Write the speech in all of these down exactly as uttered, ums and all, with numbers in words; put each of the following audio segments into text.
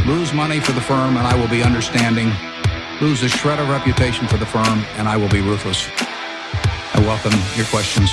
Lose money for the firm and I will be understanding. Lose a shred of reputation for the firm and I will be ruthless. I welcome your questions.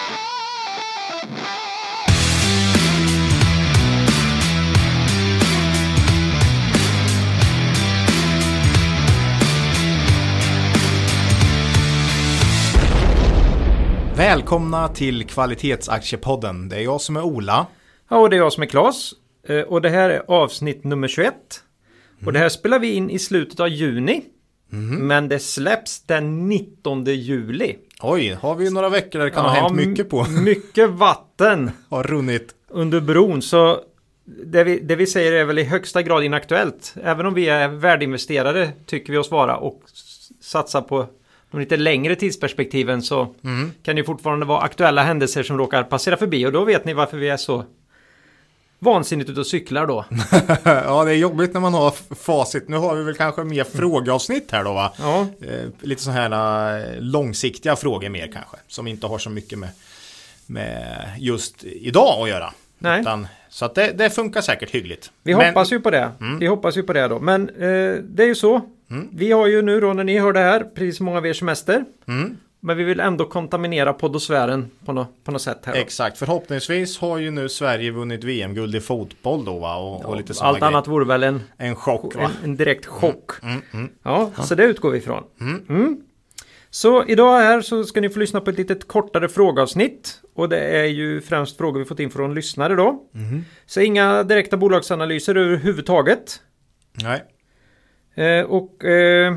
Välkomna till Kvalitetsaktiepodden. Det är jag som är Ola. Ja, och det är jag som är Claes. Och det här är avsnitt nummer tjugoett. Och det här spelar vi in i slutet av juni. Mm. Men det släpps den nittonde juli. Oj, har vi några veckor där det kan ja, ha hänt mycket på. Mycket vatten har runnit under bron. Så det vi, det vi säger är väl i högsta grad inaktuellt. Även om vi är värdeinvesterare tycker vi oss vara och satsar på de lite längre tidsperspektiven så mm. kan det fortfarande vara aktuella händelser som råkar passera förbi. Och då vet ni varför vi är så vansinnigt ute och cyklar då. Ja, det är jobbigt när man har facit. Nu har vi väl kanske mer frågeavsnitt här då va? Ja. Eh, lite så här uh, långsiktiga frågor mer kanske. Som inte har så mycket med, med just idag att göra. Nej. Utan, så att det, det funkar säkert hyggligt. Vi Men, hoppas ju på det. Mm. Vi hoppas ju på det då. Men eh, det är ju så. Mm. Vi har ju nu då när ni hör det här precis många av er semester. Mm. Men vi vill ändå kontaminera poddosfären på, no- på något sätt här då. Exakt, förhoppningsvis har ju nu Sverige vunnit V M-guld i fotboll då va? Och, ja, och lite allt grejer. Annat vore väl en, en chock va? En, en direkt chock. Mm, mm, mm. Ja, ja, så det utgår vi ifrån. Mm. Mm. Så idag här så ska ni få lyssna på ett litet kortare frågeavsnitt. Och det är ju främst frågor vi fått in från lyssnare då. Mm. Så inga direkta bolagsanalyser överhuvudtaget. Nej. Eh, och... Eh,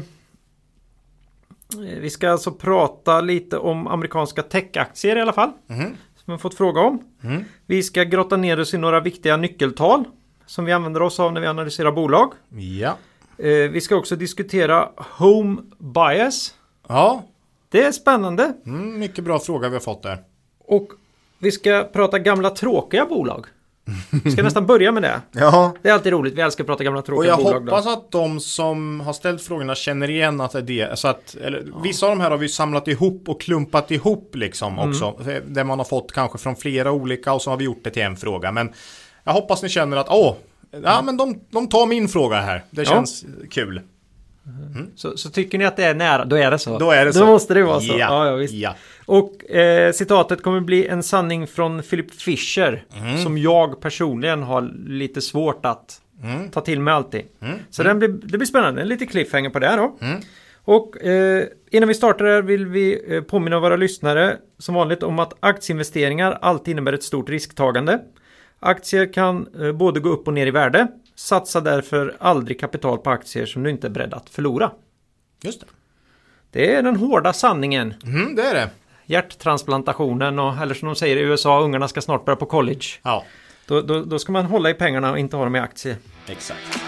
Vi ska alltså prata lite om amerikanska techaktier i alla fall. Mm. Som vi har fått fråga om. Mm. Vi ska grotta ner oss i några viktiga nyckeltal. Som vi använder oss av när vi analyserar bolag. Ja. Eh, vi ska också diskutera home bias. Ja. Det är spännande. Mm, mycket bra fråga vi har fått där. Och vi ska prata gamla tråkiga bolag. Vi ska nästan börja med det. Ja. Det är alltid roligt. Vi älskar att prata gamla tråkiga bolag. Och jag bolag hoppas då. att de som har ställt frågorna känner igen att det är det. Så att, eller, ja. Vissa av de här har vi samlat ihop och klumpat ihop liksom mm. också. Där man har fått kanske från flera olika och så har vi gjort det till en fråga. Men jag hoppas ni känner att åh, ja, men de, de tar min fråga här. Det känns ja. kul. Mm. Så, så tycker ni att det är nära, då är det så. Då är det så. Då måste det vara så. Ja. Ja, ja, visst. Ja. Och eh, citatet kommer bli en sanning från Philip Fisher. Mm. Som jag personligen har lite svårt att mm. ta till mig alltid. Mm. Så mm. Den blir, det blir spännande. En lite cliffhanger på det här då. Mm. Och eh, innan vi startar här vill vi eh, påminna våra lyssnare som vanligt om att aktieinvesteringar alltid innebär ett stort risktagande. Aktier kan eh, både gå upp och ner i värde. Satsa därför aldrig kapital på aktier som du inte är beredd att förlora. Just det. Det är den hårda sanningen. Mm, det är det. Hjärttransplantationen och eller som de säger i U S A, ungarna ska snart börja på college. Ja. Då, då, då ska man hålla i pengarna och inte ha dem i aktier. Exakt.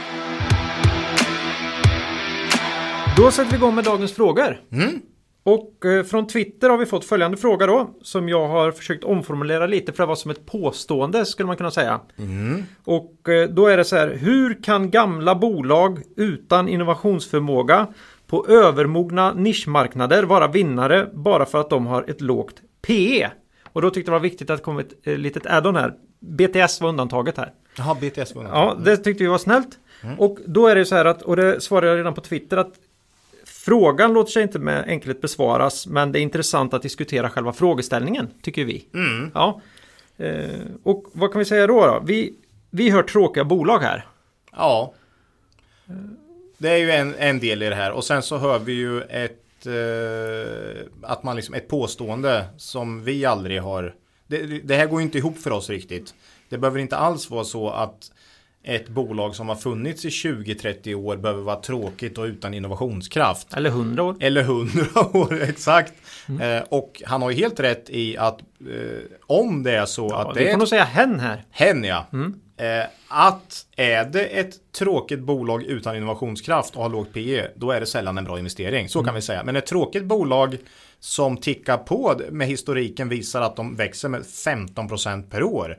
Då sätter vi igång med dagens frågor. Mm. Och eh, från Twitter har vi fått följande fråga då. Som jag har försökt omformulera lite för att vara som ett påstående skulle man kunna säga. Mm. Och eh, då är det så här. Hur kan gamla bolag utan innovationsförmåga på övermogna nischmarknader vara vinnare bara för att de har ett lågt P E? Och då tyckte jag det var viktigt att det kom ett eh, litet add-on här. B T S var undantaget här. Jaha, B T S var undantaget. Ja, det tyckte vi var snällt. Mm. Och då är det så här att, och det svarade jag redan på Twitter att frågan låter sig inte med enkelhet besvaras, men det är intressant att diskutera själva frågeställningen, tycker vi. Mm. Ja. Eh, och vad kan vi säga då? då? Vi, vi hör tråkiga bolag här. Ja. Det är ju en, en del i det här. Och sen så hör vi ju ett, eh, att man liksom, ett påstående som vi aldrig har. Det, det här går ju inte ihop för oss riktigt. Det behöver inte alls vara så att ett bolag som har funnits i tjugo till trettio år behöver vara tråkigt och utan innovationskraft. Eller hundra år. Eller hundra år, exakt. Mm. Eh, och han har ju helt rätt i att eh, om det är så ja, att det är... Du får är... nog säga hen här. Hen, ja. Mm. Eh, att är det ett tråkigt bolag utan innovationskraft och har lågt P E, då är det sällan en bra investering. Så mm. kan vi säga. Men ett tråkigt bolag som tickar på med historiken visar att de växer med femton procent per år.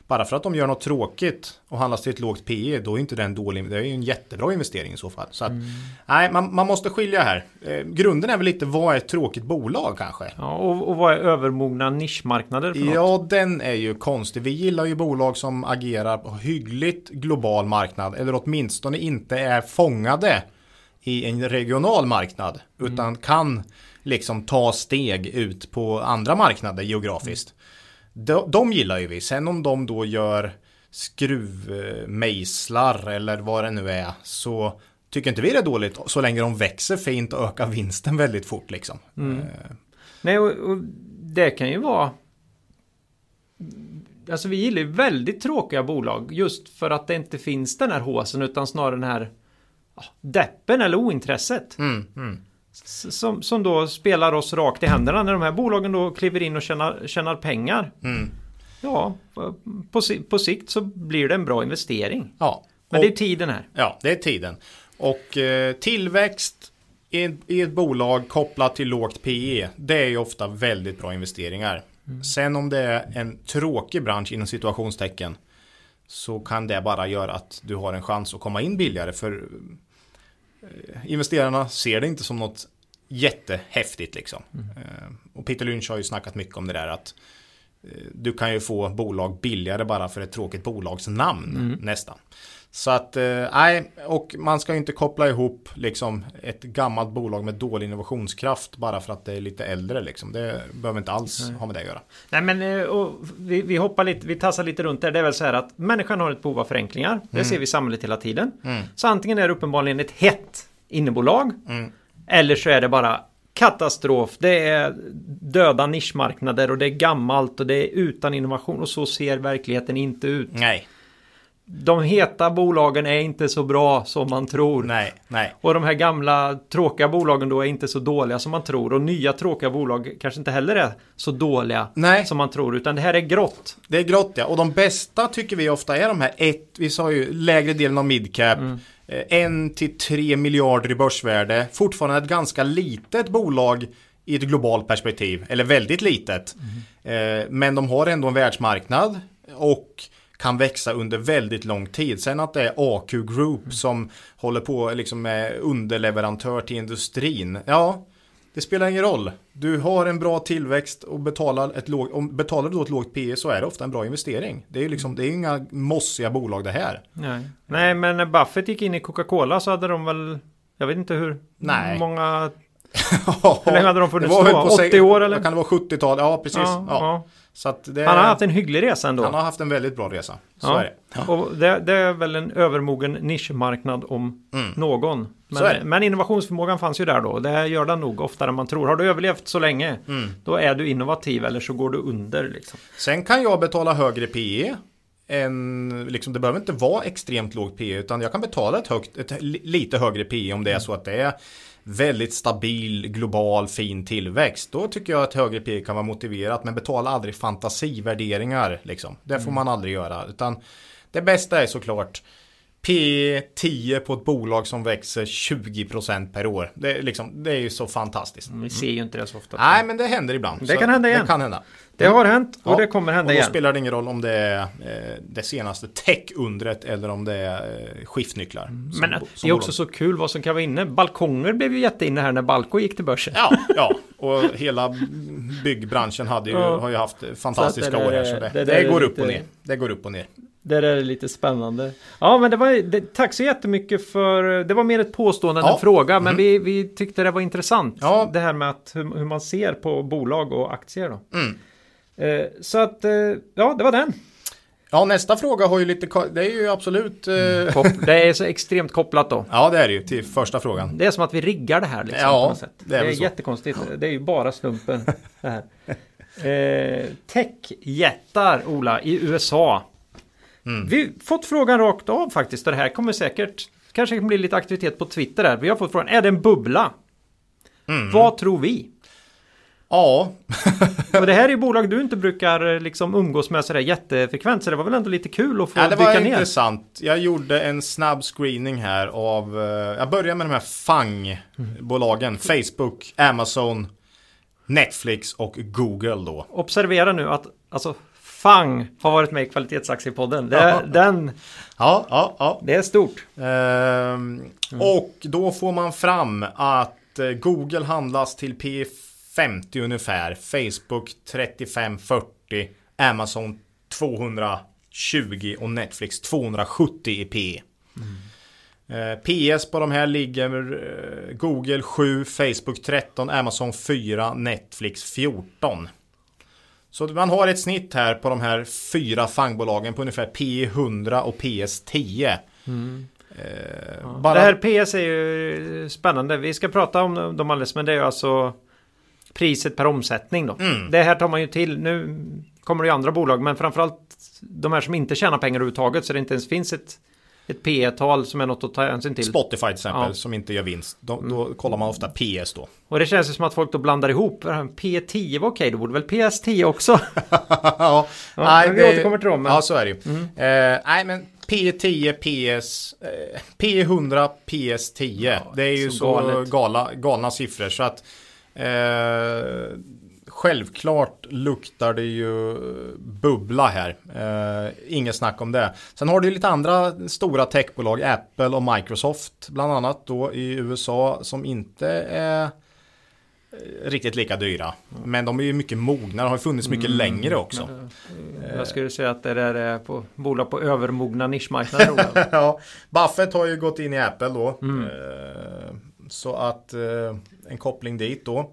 bara för att de gör något tråkigt och handlas till ett lågt P E, då är inte det en dålig, det är ju en jättebra investering i så fall. Så att, mm. nej, man, man måste skilja här. Eh, grunden är väl lite, vad är ett tråkigt bolag kanske? Ja, och, och vad är övermogna nischmarknader för Ja, något? den är ju konstig. Vi gillar ju bolag som agerar på hyggligt global marknad, eller åtminstone inte är fångade i en regional marknad, mm. utan kan liksom ta steg ut på andra marknader geografiskt. Mm. De, de gillar ju vi. Sen om de då gör skruvmejslar eller vad det nu är, så tycker inte vi det är dåligt så länge de växer fint och ökar vinsten väldigt fort liksom. Mm. Uh. Nej, och, och det kan ju vara, alltså vi gillar ju väldigt tråkiga bolag just för att det inte finns den här håsen, utan snarare den här ja, deppen eller ointresset. Mm, mm. Som, som då spelar oss rakt i händerna när de här bolagen då kliver in och tjänar, tjänar pengar. Mm. Ja, på, på sikt så blir det en bra investering. Ja. Men och, det är tiden här. Ja, det är tiden. Och eh, tillväxt i, i ett bolag kopplat till lågt P E, det är ju ofta väldigt bra investeringar. Mm. Sen om det är en tråkig bransch inom situationstecken, så kan det bara göra att du har en chans att komma in billigare, för investerarna ser det inte som något jättehäftigt liksom. Mm. Och Peter Lynch har ju snackat mycket om det där, att du kan ju få bolag billigare bara för ett tråkigt bolagsnamn mm. nästan. Så att nej, och man ska ju inte koppla ihop liksom ett gammalt bolag med dålig innovationskraft bara för att det är lite äldre liksom. Det behöver inte alls nej. ha med det att göra. Nej, men och vi, vi hoppar lite, vi tassar lite runt där. Det är väl så här att människan har ett behov av förenklingar. Det mm. ser vi i samhället hela tiden. Mm. Så antingen är det uppenbarligen ett hett innebolag mm. eller så är det bara katastrof. Det är döda nischmarknader och det är gammalt och det är utan innovation, och så ser verkligheten inte ut. Nej. De heta bolagen är inte så bra som man tror. Nej, nej. Och de här gamla tråkiga bolagen då är inte så dåliga som man tror. Och nya tråkiga bolag kanske inte heller är så dåliga nej. som man tror. Utan det här är grått. Det är grått, ja. Och de bästa tycker vi ofta är de här ett, vi sa ju lägre delen av midcap. Mm. En till tre miljarder i börsvärde. Fortfarande ett ganska litet bolag i ett globalt perspektiv. Eller väldigt litet. Mm. Men de har ändå en världsmarknad. Och kan växa under väldigt lång tid. Sen att det är A Q Group mm. som håller på liksom med underleverantör till industrin. Ja, det spelar ingen roll. Du har en bra tillväxt och betalar, ett låg, om betalar du då ett lågt P E, så är det ofta en bra investering. Det är liksom, det är inga mossiga bolag det här. Nej, Nej men när Buffett gick in i Coca-Cola så hade de väl, jag vet inte hur Nej. många... Hur länge hade de funnits då? åttio sig, år eller? Kan det vara sjuttiotal? Ja, precis. Ja, ja. Ja. Så att det, han har haft en hygglig resa ändå. Han har haft en väldigt bra resa. Så ja. är det. Ja. Och det, det är väl en övermogen nischmarknad om mm. någon. Men, men innovationsförmågan fanns ju där då. Det gör den nog oftare än man tror. Har du överlevt så länge, mm. då är du innovativ, eller så går du under. Liksom. Sen kan jag betala högre P E. En, liksom, det behöver inte vara extremt lågt P E, utan jag kan betala ett, högt, ett lite högre P E om det är så att det är väldigt stabil, global, fin tillväxt. Då tycker jag att högre P E kan vara motiverat, men betala aldrig fantasivärderingar. Liksom. Det får mm. man aldrig göra. Utan det bästa är såklart P E tio på ett bolag som växer tjugo procent per år. Det, liksom, det är ju så fantastiskt. Mm. Vi ser ju inte det så ofta. Nej, men det händer ibland. Det kan hända igen. Det kan hända. Det har hänt och ja. det kommer hända igen. Och då igen. spelar det ingen roll om det är eh, det senaste tech-undret eller om det är eh, skiftnycklar. Mm. Men som, det är också så kul vad som kan vara inne. Balkonger blev ju jätteinne här när Balko gick till börsen. Ja, ja. Och hela byggbranschen hade ju, ja. har ju haft fantastiska det, år här. Så det, det, det, det går lite, upp och ner. Det går upp och ner. Det är lite spännande. Ja, men det var, det, tack så jättemycket för... Det var mer ett påstående än ja. en fråga. Men mm. vi, vi tyckte det var intressant. Ja. Det här med att, hur, hur man ser på bolag och aktier då. Mm. Eh, så att, eh, ja, det var den. Ja, nästa fråga har ju lite... Det är ju absolut... Eh... Kop- det är så extremt kopplat då. Ja, det är det ju till första frågan. Det är som att vi riggar det här liksom, ja, på något sätt. Det är, det är jättekonstigt. Ja. Det är ju bara slumpen. Det här. Eh, techjättar, Ola, i U S A. Mm. Vi har fått frågan rakt av faktiskt. Och det här kommer säkert... Kanske kan bli lite aktivitet på Twitter där. Vi har fått frågan, är det en bubbla? Mm. Vad tror vi? Ja. Och det här är ju bolag du inte brukar liksom umgås med sådär jättefrekvent. Så det var väl ändå lite kul att få ja, dyka ner. Det var intressant. Jag gjorde en snabb screening här av... Jag började med de här F A N-bolagen. Mm. Facebook, Amazon, Netflix och Google då. Observera nu att alltså Fang har varit med i Kvalitetsaktiepodden. Det, den, Ja, ja, ja. det är stort. Ehm, mm. Och då får man fram att eh, Google handlas till P femtio ungefär. Facebook trettiofem fyrtio. Amazon tvåhundratjugo och Netflix tvåhundrasjuttio i P. Mm. Eh, P S på de här ligger eh, Google sju, Facebook tretton, Amazon fyra, Netflix fjorton. Så man har ett snitt här på de här fyra fangbolagen på ungefär P hundra och P S tio. Mm. Eh, ja. bara... Det här P S är ju spännande. Vi ska prata om dem alldeles, men det är ju alltså priset per omsättning då. Mm. Det här tar man ju till. Nu kommer det ju andra bolag, men framförallt de här som inte tjänar pengar överhuvudtaget, så det inte ens finns ett Ett P E-tal som är något att ta hänsyn till. Spotify till exempel, ja. Som inte gör vinst. Då, då mm. kollar man ofta P S då. Och det känns som att folk då blandar ihop. P tio var okej, då borde väl P S tio också. ja, ja, nej, vi det, återkommer till dem. Men... Ja, så är det ju. Mm. Eh, nej, men P tio, P S, eh, P hundra, P S tio. Ja, det är ju så, så gala, galna siffror. Så att eh, självklart luktar det ju bubbla här. Eh, inget snack om det. Sen har du ju lite andra stora techbolag, Apple och Microsoft bland annat då i U S A, som inte är riktigt lika dyra. Men de är ju mycket mognare, har funnits mycket mm, längre också. Men, jag skulle säga att det där är på bolag på övermogna nischmarknader. Ja, Buffett har ju gått in i Apple då. Mm. Eh, så att eh, en koppling dit då.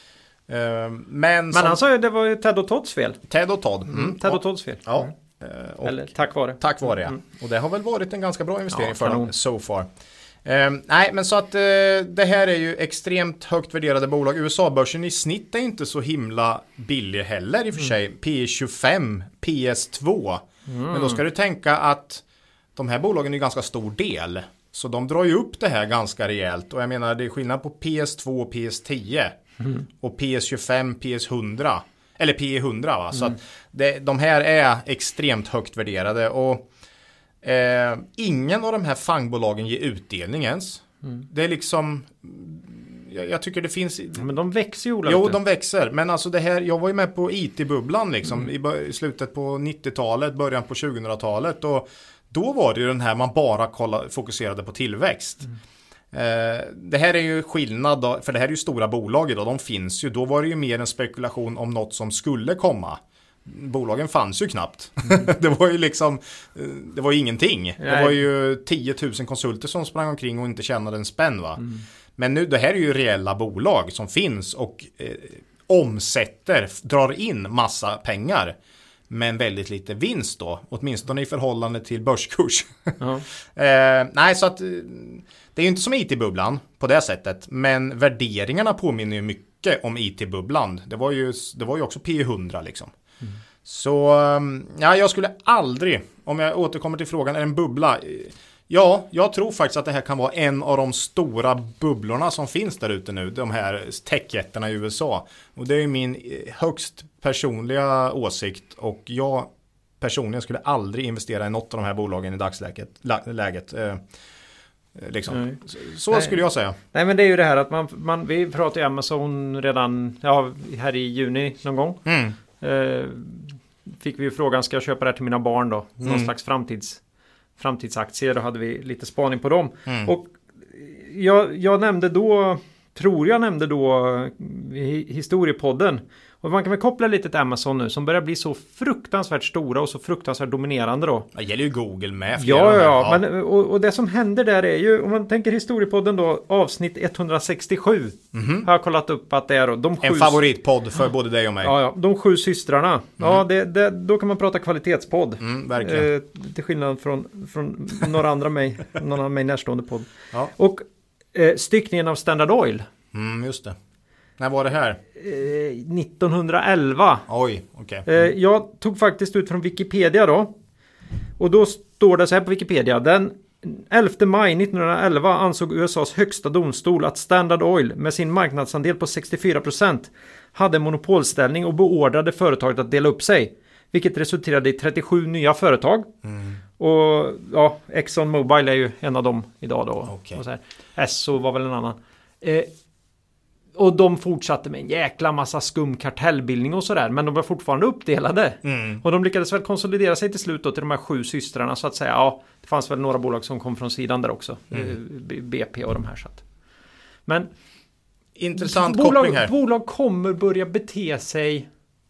Men, Men som... han sa ju det var ju Ted och Todds fel. Ted och Todd. Mm. Mm. Ted och Todds fel. Ja. Mm. Och Eller tack vare. Tack vare, ja. Mm. Och det har väl varit en ganska bra investering ja, för dem so far. Um, nej, men så att uh, det här är ju extremt högt värderade bolag. U S A-börsen i snitt är inte så himla billig heller i och för sig. Mm. P tjugofem, P S två. Mm. Men då ska du tänka att de här bolagen är ganska stor del. Så de drar ju upp det här ganska rejält. Och jag menar, det är skillnad på P S två och P S tio. Mm. Och P S tjugofem, P S hundra. Eller P hundra va. Mm. Så att det, de här är extremt högt värderade. Och eh, ingen av de här fangbolagen ger utdelning ens. Mm. Det är liksom... Jag, jag tycker det finns... Men de växer ju. Jo, de växer. Men alltså det här... Jag var ju med på I T-bubblan liksom. Mm. I, I slutet på nittiotalet, början på tjugohundratalet. Och då var det ju den här man bara kolla, fokuserade på tillväxt. Mm. Eh, det här är ju skillnad då, för det här är ju stora bolag idag, de finns ju. Då var det ju mer en spekulation om något som skulle komma. Bolagen fanns ju knappt. Mm. det var ju liksom, det var ju ingenting. Nej. Det var ju tio tusen konsulter som sprang omkring och inte tjänade en spänn va. Mm. Men nu, det här är ju reella bolag som finns och eh, omsätter, drar in massa pengar. Men väldigt lite vinst då. Åtminstone i förhållande till börskurs. Uh-huh. eh, nej, så att det är ju inte som I T-bubblan på det sättet. Men värderingarna påminner ju mycket om I T-bubblan. Det var ju, det var ju också P hundra liksom. Mm. Så ja, jag skulle aldrig, om jag återkommer till frågan, är det en bubbla? Ja, jag tror faktiskt att det här kan vara en av de stora bubblorna som finns där ute nu. De här techjättarna i U S A. Och det är ju min högst personliga åsikt. Och jag personligen skulle aldrig investera i något av de här bolagen i dagsläget. Läget. Eh, liksom. Så, så Nej. skulle jag säga. Nej, men det är ju det här att man, man vi pratade ju Amazon redan ja, här i juni någon gång. Mm. Eh, fick vi ju frågan, ska jag köpa det här till mina barn då? Någon mm. slags framtids... framtidsaktier, då hade vi lite spaning på dem. Mm. Och jag, jag nämnde då, tror jag nämnde då i historiepodden. Och man kan väl koppla lite till Amazon nu som börjar bli så fruktansvärt stora och så fruktansvärt dominerande då. Det gäller ju Google med. Ja, ja, ja. Men, och, och det som händer där är ju, om man tänker historiepodden då, avsnitt etthundrasextiosju mm-hmm. har jag kollat upp att det är då, de sju... En favoritpodd för både dig och mig. Ja, ja, de sju systrarna. Mm. Ja, det, det, då kan man prata kvalitetspodd. Mm, verkligen. Eh, till skillnad från, från några andra mig, någon av mig närstående podd. Ja. Och eh, styckningen av Standard Oil. Mm, just det. När var det här? Eh, nittonhundraelva. Oj, okej. Okay. Mm. Eh, jag tog faktiskt ut från Wikipedia då. Och då står det så här på Wikipedia. Den elfte maj nittonhundraelva ansåg U S A:s högsta domstol att Standard Oil med sin marknadsandel på sextiofyra procent hade monopolställning och beordrade företaget att dela upp sig. Vilket resulterade i trettiosju nya företag. Mm. Och ja, Exxon Mobil är ju en av dem idag då. Okay. Och så här. Esso var väl en annan. Eh, och de fortsatte med en jäkla massa skum kartellbildning och sådär. Men de var fortfarande uppdelade. Mm. Och de lyckades väl konsolidera sig till slut då till de här sju systrarna så att säga. Ja, det fanns väl några bolag som kom från sidan där också. Mm. B P och de här. Så att. Men intressant bolag, koppling här. Bolag kommer börja bete sig...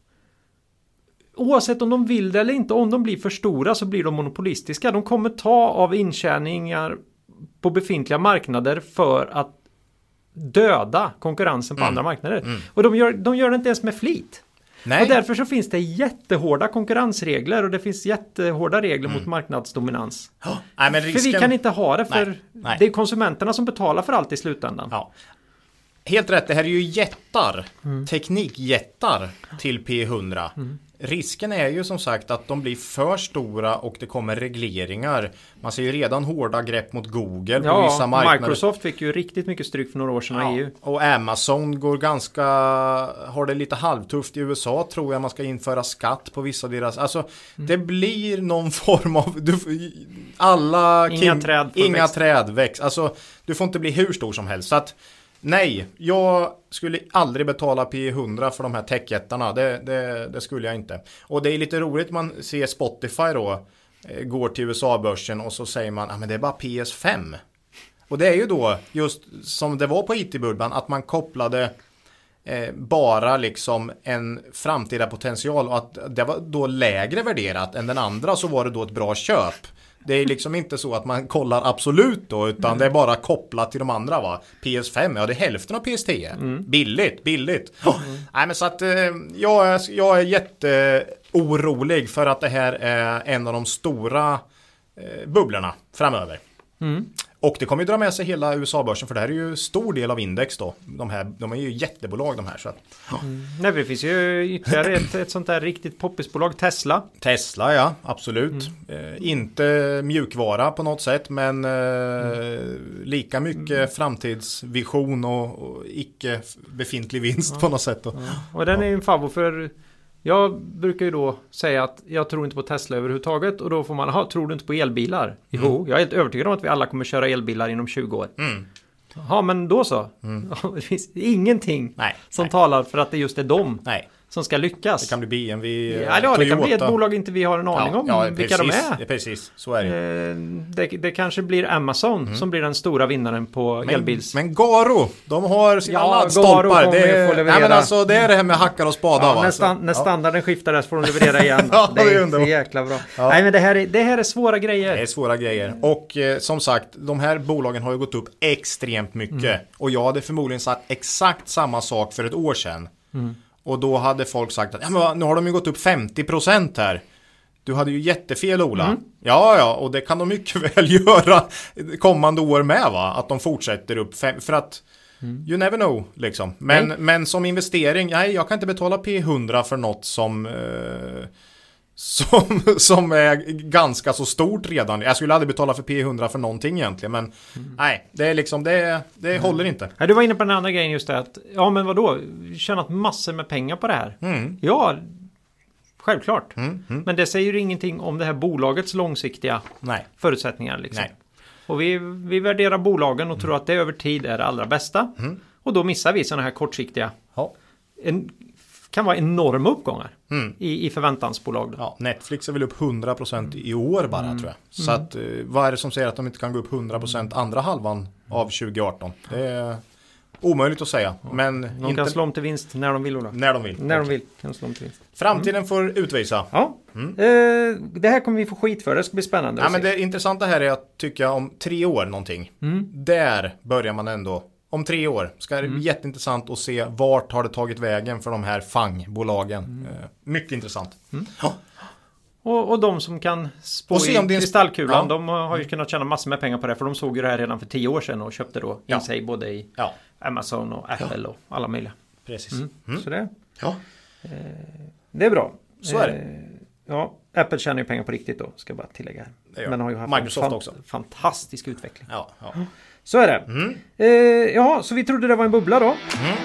Oavsett om de vill det eller inte, om de blir för stora så blir de monopolistiska. De kommer ta av intjäningar på befintliga marknader för att döda konkurrensen på mm. andra marknader. Mm. Och de gör, de gör det inte ens med flit. Nej. Och därför så finns det jättehårda konkurrensregler och det finns jättehårda regler mm. mot marknadsdominans. Oh, nej, men risken... För vi kan inte ha det, för nej, nej. det är konsumenterna som betalar för allt i slutändan. Ja. Helt rätt, det här är ju jättar, mm. teknikjättar till P hundra. Mm. Risken är ju som sagt att de blir för stora och det kommer regleringar. Man ser ju redan hårda grepp mot Google på ja, vissa marknader. Microsoft fick ju riktigt mycket stryk för några år sedan ja, i E U. Och Amazon går ganska, har det lite halvtufft i U S A tror jag. Man ska införa skatt på vissa deras, alltså mm. det blir någon form av, du, alla inga king, träd inga växt. träd väx. Alltså du får inte bli hur stor som helst. Så att nej, jag skulle aldrig betala P hundra för de här techjättarna. Det, det, det skulle jag inte. Och det är lite roligt, man ser Spotify då går till U S A-börsen och så säger man, ah, men det är bara P S fem. Och det är ju då, just som det var på I T-bubblan, att man kopplade eh, bara liksom en framtida potential och att det var då lägre värderat än den andra, så var det då ett bra köp. Det är liksom inte så att man kollar absolut då, utan mm. det är bara kopplat till de andra, va. P S fem, ja det är hälften av P S tio. Mm. Billigt, billigt. Oh. Mm. Nej men så att eh, jag, är, jag är jätteorolig för att det här är en av de stora eh, bubblorna framöver. Mm. Och det kommer ju dra med sig hela U S A-börsen, för det här är ju stor del av index då. De, här, de är ju jättebolag de här. Så att, ja. mm. Nej, det finns ju ytterligare ett, ett sånt där riktigt poppisbolag, Tesla. Tesla, ja, absolut. Mm. Eh, inte mjukvara på något sätt, men eh, mm. lika mycket mm. framtidsvision och, och icke befintlig vinst ja. på något sätt. Då. Ja. Och den är ju en favor, för jag brukar ju då säga att jag tror inte på Tesla överhuvudtaget, och då får man, aha, tror du inte på elbilar? Jo, mm. jag är helt övertygad om att vi alla kommer köra elbilar inom tjugo år. Mm. Ja, men då så. Mm. Det finns ingenting nej, som nej. talar för att det just är dem nej. som ska lyckas. Det kan bli B M W, ja, ja, det kan bli ett bolag inte vi har en aning ja, om ja, vilka precis, de är. Ja, precis, så är det. Det, det kanske blir Amazon mm. som blir den stora vinnaren på men, elbils. Men Garo, de har sina ja, laddstolpar. Det är, nej, men alltså, det är det här med hackar och spadar. Ja, va? när, stand, när standarden ja. skiftar där så får de leverera igen. ja, det, det är är för jäkla bra. Ja. Nej, men det här, är, det här är svåra grejer. Det är svåra grejer. Och eh, som sagt, de här bolagen har ju gått upp extremt mycket. Mm. Och jag hade förmodligen sagt exakt samma sak för ett år sedan. Mm. Och då hade folk sagt att ja, men nu har de ju gått upp femtio procent här. Du hade ju jättefel, Ola. Mm. Ja, ja, och det kan de mycket väl göra kommande år med, va? Att de fortsätter upp. Fem, för att mm. you never know, liksom. Men, men som investering, nej, jag kan inte betala P hundra för något som... Eh, som, som är ganska så stort redan. Jag skulle aldrig betala för P hundra för någonting egentligen, men mm. nej, det är liksom det, det mm. håller inte. Ja, du var inne på den andra grejen just det att, ja men vadå, tjänat massor med pengar på det här. Mm. Ja, självklart. Mm. Mm. Men det säger ju ingenting om det här bolagets långsiktiga nej. förutsättningar liksom. Nej. Och vi, vi värderar bolagen och mm. tror att det över tid är det allra bästa. Mm. Och då missar vi sådana här kortsiktiga ja. en, kan vara enorma uppgångar mm. i, i förväntansbolag. Då. Ja, Netflix är väl upp hundra procent i år bara mm. tror jag. Så mm. att, vad är det som säger att de inte kan gå upp hundra procent andra halvan av tjugo arton? Det är omöjligt att säga. Ja. Men de inte... kan slå om till vinst när de vill. Då. När de vill. När de vill kan de slå om till vinst. Framtiden mm. får utvisa. Ja. Mm. Eh, det här kommer vi få skit för. Det ska bli spännande. Ja, men det intressanta här är att tycka om tre år någonting. Mm. Där börjar man ändå. Om tre år ska det bli mm. jätteintressant att se vart har det tagit vägen för de här fangbolagen. Mm. Eh, mycket intressant. Mm. Ja. Och, och de som kan spå i din... kristallkulan, ja. de har ju kunnat tjäna massor med pengar på det. För de såg ju det här redan för tio år sedan och köpte då ja. in sig både i ja. Amazon och Apple ja. och alla möjliga. Precis. Mm. Mm. Så det, ja. eh, det är bra. Så är det. Eh, ja, Apple tjänar ju pengar på riktigt då, ska jag bara tillägga. Men har ju haft Microsoft en fan, också. fantastisk utveckling. Ja, ja. Så är det. Mm. Eh, ja, så vi trodde det var en bubbla då. Mm.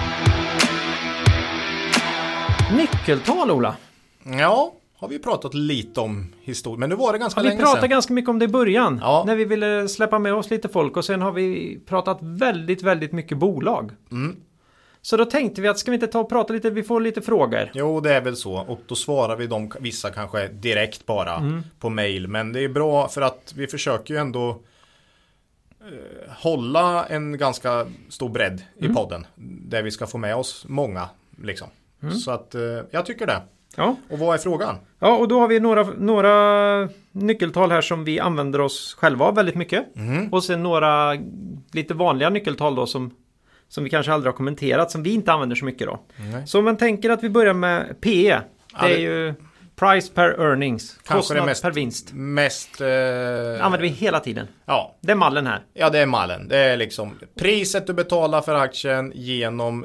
Nyckeltal, Ola. Ja, har vi pratat lite om historia. Men nu var det ganska ja, länge sedan. Vi pratade ganska mycket om det i början. Ja. När vi ville släppa med oss lite folk. Och sen har vi pratat väldigt, väldigt mycket bolag. Mm. Så då tänkte vi att ska vi inte ta och prata lite, vi får lite frågor. Jo, det är väl så. Och då svarar vi dem, vissa kanske direkt bara mm. på mail. Men det är bra för att vi försöker ju ändå eh, hålla en ganska stor bredd mm. i podden. Där vi ska få med oss många liksom. Mm. Så att eh, jag tycker det. Ja. Och vad är frågan? Ja, och då har vi några, några nyckeltal här som vi använder oss själva av väldigt mycket. Mm. Och sen några lite vanliga nyckeltal då som, som vi kanske aldrig har kommenterat, som vi inte använder så mycket då. Mm. Så om man tänker att vi börjar med P E. Det, ja, det är ju price per earnings. Kostnad mest, per vinst. Mest... Eh... använder vi hela tiden. Ja. Det är mallen här. Ja, det är mallen. Det är liksom priset du betalar för aktien genom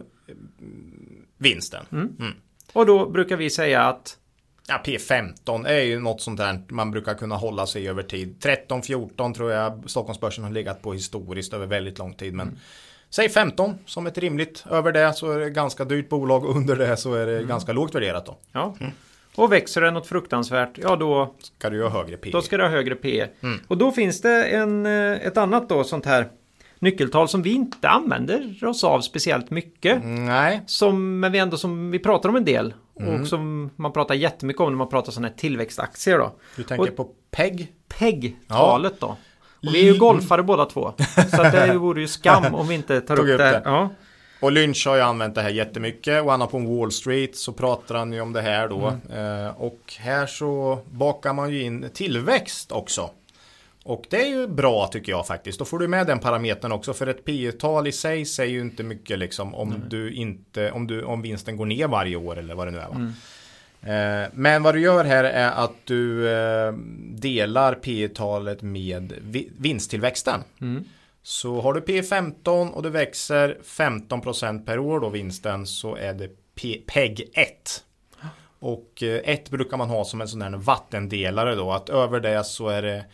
vinsten. Mm. Mm. Och då brukar vi säga att... Ja, P femton är ju något sånt där man brukar kunna hålla sig över tid. tretton fjorton tror jag Stockholmsbörsen har legat på historiskt över väldigt lång tid. Men mm. säg femton som ett rimligt. Över det så är det ganska dyrt bolag och under det så är det mm. ganska lågt värderat då. Ja. Mm. Och växer det något fruktansvärt, ja då... Ska du ha högre P E. Då ska du ha högre P E. Mm. Och då finns det en, ett annat då sånt här nyckeltal som vi inte använder oss av speciellt mycket. Nej. Som, men vi ändå som vi pratar om en del. Mm. Och som man pratar jättemycket om när man pratar sådana här tillväxtaktier då. Du tänker och, på P E G? P E G-talet ja. Då. Och vi är ju golfare mm. båda två. Så att det vore ju skam om vi inte tar upp, upp det här. Det. Ja. Och Lynch har ju använt det här jättemycket. Och han har på Wall Street så pratar han ju om det här då. Mm. Eh, och här så bakar man ju in tillväxt också. Och det är ju bra tycker jag faktiskt. Då får du med den parametern också. För ett P E-tal i sig säger ju inte mycket liksom om, mm. du inte, om, du, om vinsten går ner varje år eller vad det nu är. Va? Mm. Eh, men vad du gör här är att du eh, delar P E-talet med vi, vinsttillväxten. Mm. Så har du P E femton och det växer femton procent per år då vinsten, så är det P- P E G ett. Och eh, ett brukar man ha som en sån där vattendelare då. Att över det så är det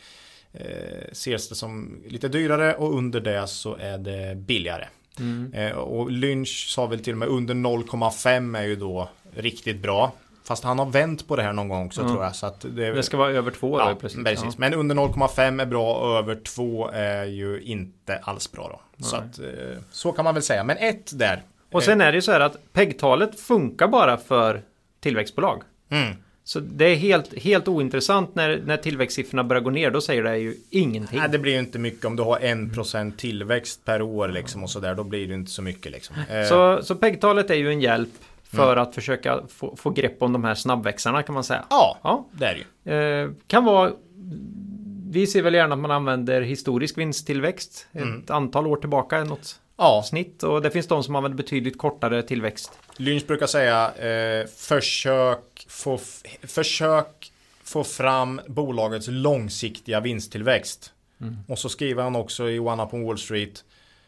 Eh, ses det som lite dyrare och under det så är det billigare. Mm. Eh, och Lynch sa väl till och med under noll komma fem är ju då riktigt bra. Fast han har vänt på det här någon gång också mm. tror jag. Så att det, det ska vara över två. Ja, precis. precis. Ja. Men under noll komma fem är bra och över två är ju inte alls bra då. Så, att, eh, så kan man väl säga. Men ett där. Och sen är det ju så här att P E G-talet funkar bara för tillväxtbolag. Mm. Så det är helt, helt ointressant när, när tillväxtsiffrorna börjar gå ner. Då säger det ju ingenting. Nej, det blir ju inte mycket om du har en procent tillväxt per år liksom, och sådär. Då blir det inte så mycket liksom. Så, så P E G-talet är ju en hjälp för mm. att försöka få, få grepp om de här snabbväxarna kan man säga. Ja, ja. Det är det ju. Eh, kan vara... Vi ser väl gärna att man använder historisk vinsttillväxt. Mm. Ett antal år tillbaka något ja. snitt. Och det finns de som använder betydligt kortare tillväxt. Lynch brukar säga eh, försök, få, försök få fram bolagets långsiktiga vinsttillväxt. Mm. Och så skriver han också i One Up on Wall Street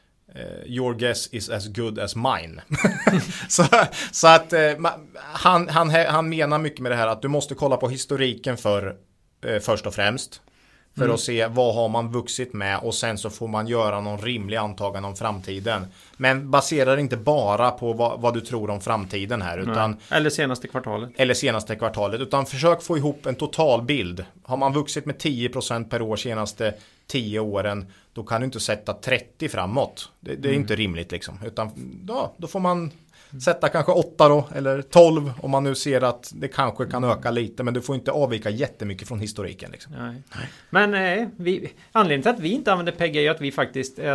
eh, your guess is as good as mine. så, så att eh, han, han, han menar mycket med det här att du måste kolla på historiken för eh, först och främst. För mm. att se vad har man vuxit med och sen så får man göra någon rimlig antagande om framtiden. Men baserar inte bara på vad, vad du tror om framtiden här. Utan, eller senaste kvartalet. Eller senaste kvartalet. Utan försök få ihop en totalbild. Har man vuxit med tio procent per år senaste tio åren, då kan du inte sätta trettio framåt. Det, det är mm. inte rimligt liksom. Utan ja, då får man sätta kanske åtta då, eller tolv om man nu ser att det kanske kan öka lite, men du får inte avvika jättemycket från historiken. Liksom. Nej. Nej. Men nej, vi, anledningen till att vi inte använder P E G är ju att vi faktiskt är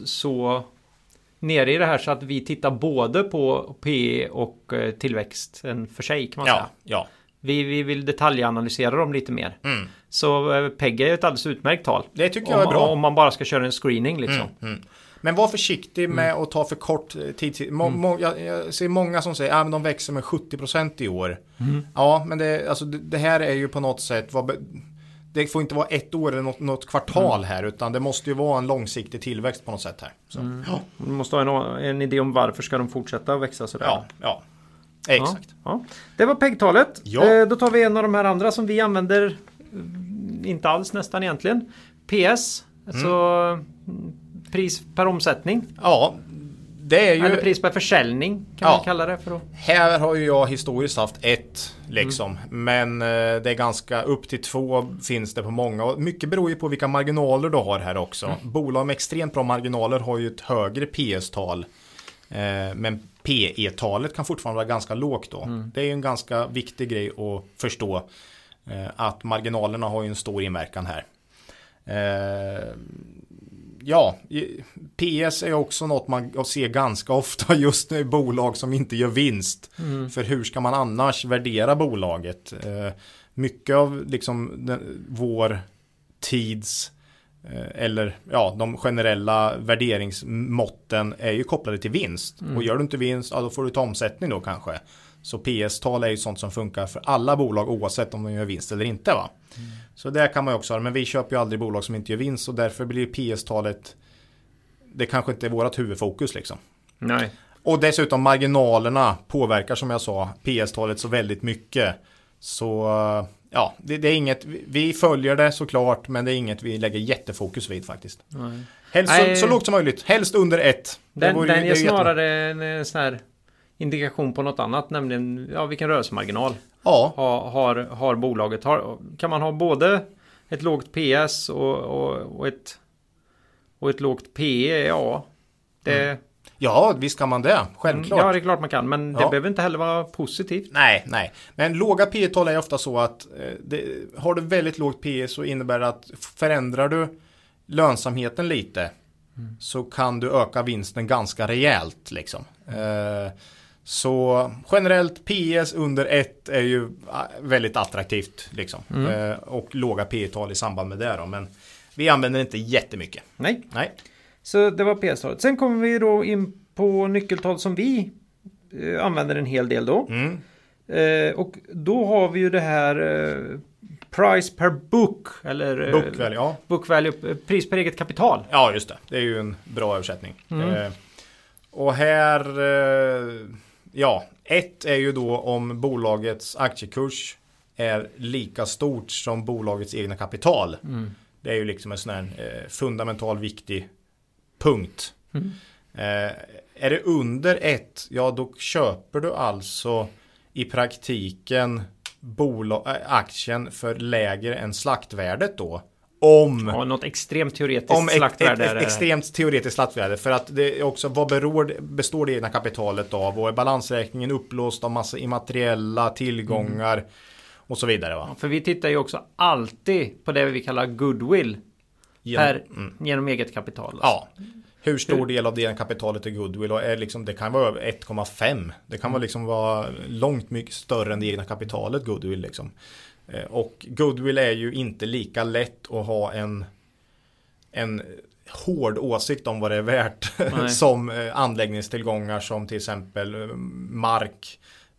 så nere i det här så att vi tittar både på P E och tillväxten för sig kan man ja, säga. Ja. Vi, vi vill detaljanalysera dem lite mer. Mm. Så P E G är ett alldeles utmärkt tal. Det tycker jag är bra. Om man bara ska köra en screening liksom. Mm, mm. Men var försiktig med mm. att ta för kort tid. Må, mm. må, jag, jag ser många som säger att ah, de växer med sjuttio procent i år. Mm. Ja, men det, alltså, det, det här är ju på något sätt... Vad, det får inte vara ett år eller något, något kvartal mm. här, utan det måste ju vara en långsiktig tillväxt på något sätt här. Så. Mm. Ja. Du måste ha en, en idé om varför ska de fortsätta växa sådär. Ja, ja. Exakt. Ja, ja. Det var P E G-talet. Ja. Eh, då tar vi en av de här andra som vi använder inte alls nästan egentligen. P S, alltså... Mm. Pris per omsättning. Ja, det är ju... Eller pris per försäljning kan ja. man kalla det för. Att... Här har ju jag historiskt haft ett liksom. Mm. Men eh, det är ganska upp till två finns det på många. Och mycket beror ju på vilka marginaler du har här också. Mm. Bolag med extremt bra marginaler har ju ett högre P S-tal Eh, men P E-talet kan fortfarande vara ganska lågt då. Mm. Det är ju en ganska viktig grej att förstå. Eh, att marginalerna har ju en stor inverkan här. Eh, ja, P S är också något man ser ganska ofta just i bolag som inte gör vinst. Mm. För hur ska man annars värdera bolaget? Eh, mycket av liksom den, vår tids eller ja, de generella värderingsmåtten är ju kopplade till vinst. Mm. Och gör du inte vinst, ja, då får du ta omsättning då kanske. Så P S-tal är ju sånt som funkar för alla bolag oavsett om de gör vinst eller inte, va? Mm. Så det kan man ju också ha. Men vi köper ju aldrig bolag som inte gör vinst, och därför blir P S-talet, det kanske inte är vårt huvudfokus liksom. Nej. Och dessutom marginalerna påverkar, som jag sa, P S-talet så väldigt mycket. Så ja, det, det är inget, vi följer det såklart, men det är inget vi lägger jättefokus vid faktiskt. Nej. Helst så, så lågt som möjligt, helst under ett. Den, den är snarare en sån här indikation på något annat, nämligen ja, vilken rörelsemarginal ja. har, har, har bolaget. Har, kan man ha både ett lågt P S och, och, och, ett, och ett lågt P E? Ja, det... Mm. Ja, visst kan man det. Självklart. Ja, det är klart man kan. Men det ja. behöver inte heller vara positivt. Nej, nej. Men låga P E-tal är ofta så att eh, det, har du väldigt lågt P E så innebär det att förändrar du lönsamheten lite mm. så kan du öka vinsten ganska rejält. Liksom. Eh, så generellt P S under ett är ju väldigt attraktivt. Liksom. Mm. Eh, och låga P E-tal i samband med det. Då. Men vi använder inte jättemycket. Nej. Nej. Så det var P S-talet. Sen kommer vi då in på nyckeltal som vi eh, använder en hel del då. Mm. Eh, och då har vi ju det här eh, price per book. Eller book value, ja. Book value, pris per eget kapital. Ja, just det. Det är ju en bra översättning. Mm. Eh, och här, eh, ja, ett är ju då om bolagets aktiekurs är lika stort som bolagets egna kapital. Mm. Det är ju liksom en sån här eh, fundamental viktig punkt. Mm. Eh, är det under ett, ja då köper du alltså i praktiken bolag, äh, aktien för lägre än slaktvärdet då. Om ja, något extremt teoretiskt om slaktvärde. Ett, ett, ett extremt teoretiskt slaktvärde. För att det är också, vad beror, består det egna kapitalet av? Och är balansräkningen upplåst av massa immateriella tillgångar mm. och så vidare, va? Ja, för vi tittar ju också alltid på det vi kallar goodwill. Genom, per, mm. genom eget kapital. Alltså. Ja. Hur stor del av det kapitalet är goodwill? Och är liksom, det kan vara ett komma fem. Det kan mm. vara, liksom vara långt mycket större än det egna kapitalet goodwill. Liksom. Och goodwill är ju inte lika lätt att ha en, en hård åsikt om vad det är värt. Som anläggningstillgångar som till exempel mark,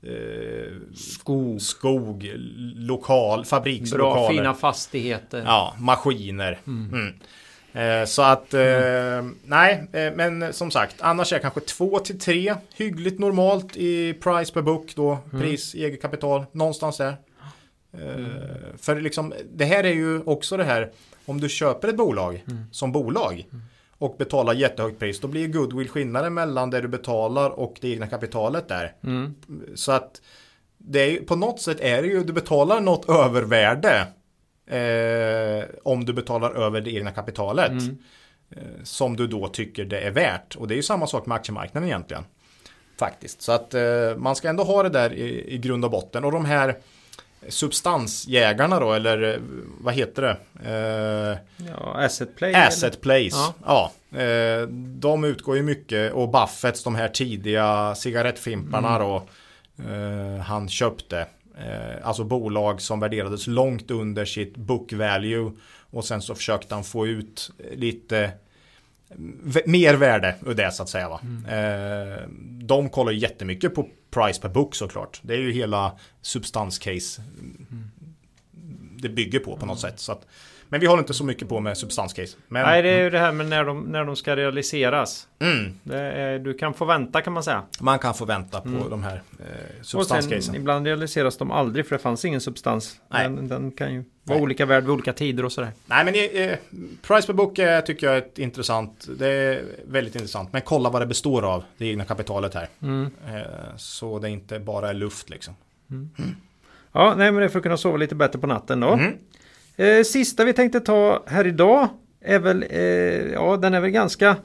skog, skog lokal, fabrikslokaler. Bra, fina fastigheter. Ja, maskiner. Mm. Mm. Eh, så att, eh, mm. nej, eh, men som sagt, annars är kanske två till tre hyggligt normalt i price per book då, mm. pris, eget kapital, någonstans där. Eh, mm. För liksom, det här är ju också det här, om du köper ett bolag mm. som bolag mm. och betalar jättehögt pris, då blir goodwill skillnaden mellan det du betalar och det egna kapitalet där. Mm. Så att det är, på något sätt är det ju, du betalar något övervärde eh, om du betalar över det egna kapitalet mm. eh, som du då tycker det är värt. Och det är ju samma sak med aktiemarknaden egentligen. Faktiskt. Så att eh, man ska ändå ha det där i, i grund och botten. Och de här substansjägarna då, eller vad heter det? Eh, ja, asset play. Asset plays. Ja. ja eh, de utgår ju mycket, och Buffetts, de här tidiga cigarettfimparna mm. då, eh, han köpte. Eh, alltså bolag som värderades långt under sitt book value, och sen så försökte han få ut lite v- mer värde ur det, så att säga, va? Mm. Eh, de kollar jättemycket på price per book såklart. Det är ju hela substanscase mm. det bygger på på något mm. sätt. Så att, men vi håller inte så mycket på med substanscase. Men, nej, det är ju det här med när de, när de ska realiseras. Mm. Det är, du kan få vänta, kan man säga. Man kan få vänta på mm. de här eh, substanscasen. Ibland realiseras de aldrig, för det fanns ingen substans. Den, den kan ju vara Nej. olika värd vid olika tider och sådär. Nej, men eh, price per book är, tycker jag är ett intressant. Det är väldigt intressant. Men kolla vad det består av, det egna kapitalet här. Mm. Eh, så det inte bara är luft liksom. Mm. Mm. Ja, nej, men det är för att kunna sova lite bättre på natten då. Mm. Eh, sista vi tänkte ta här idag är väl, eh, ja, den är väl ganska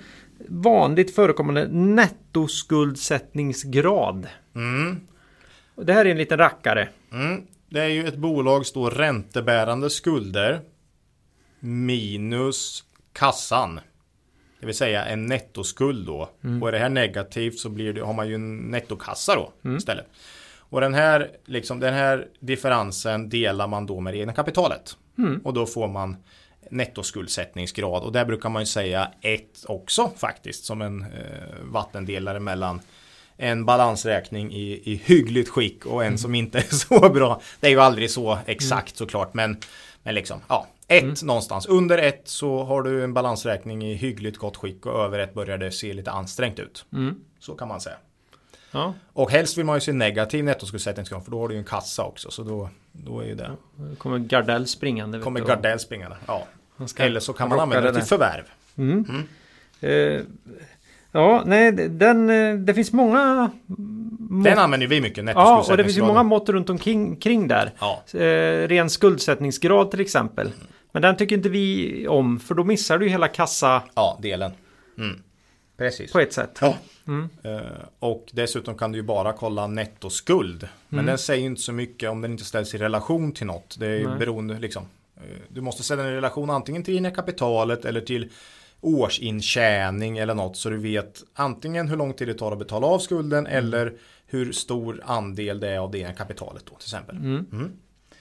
vanligt förekommande nettoskuldsättningsgrad. Mm. Och det här är en liten rackare. Mm. Det är ju ett bolag står räntebärande skulder minus kassan. Det vill säga en nettoskuld då. Mm. Och är det här negativt så blir det, har man ju en nettokassa då mm. istället. Och den här, liksom, den här differensen delar man då med det egna kapitalet. Mm. Och då får man nettoskuldsättningsgrad. Och där brukar man ju säga ett också faktiskt. Som en eh, vattendelare mellan en balansräkning i, i hyggligt skick och en mm. som inte är så bra. Det är ju aldrig så exakt mm. såklart. Men, men liksom, ja. Ett mm. någonstans. Under ett så har du en balansräkning i hyggligt gott skick. Och över ett börjar det se lite ansträngt ut. Mm. Så kan man säga. Ja. Och helst vill man ju se negativ nettoskuldsättningsgrad. För då har du ju en kassa också. Så då, då är ju det. Ja, kommer Gardell springande. Kommer Gardell springande, ja. Eller så kan man använda det till förvärv. Mm. Mm. Uh, ja, nej, den, det finns många... Mått... Den använder vi mycket, nettoskuldsättningsgrad. Ja, och det finns ju många mått runt omkring kring där. Ja. Uh, ren skuldsättningsgrad till exempel. Mm. Men den tycker inte vi om, för då missar du ju hela kassa... Ja, delen. Mm. Precis. På ett sätt. Ja. Mm. Uh, och dessutom kan du ju bara kolla nettoskuld. Men mm. den säger inte så mycket om den inte ställs i relation till något. Det är ju beroende liksom. Du måste ställa den i relation antingen till dina kapitalet eller till årsintjäning eller något. Så du vet antingen hur lång tid det tar att betala av skulden mm. eller hur stor andel det är av det kapitalet då till exempel. Mm. Mm.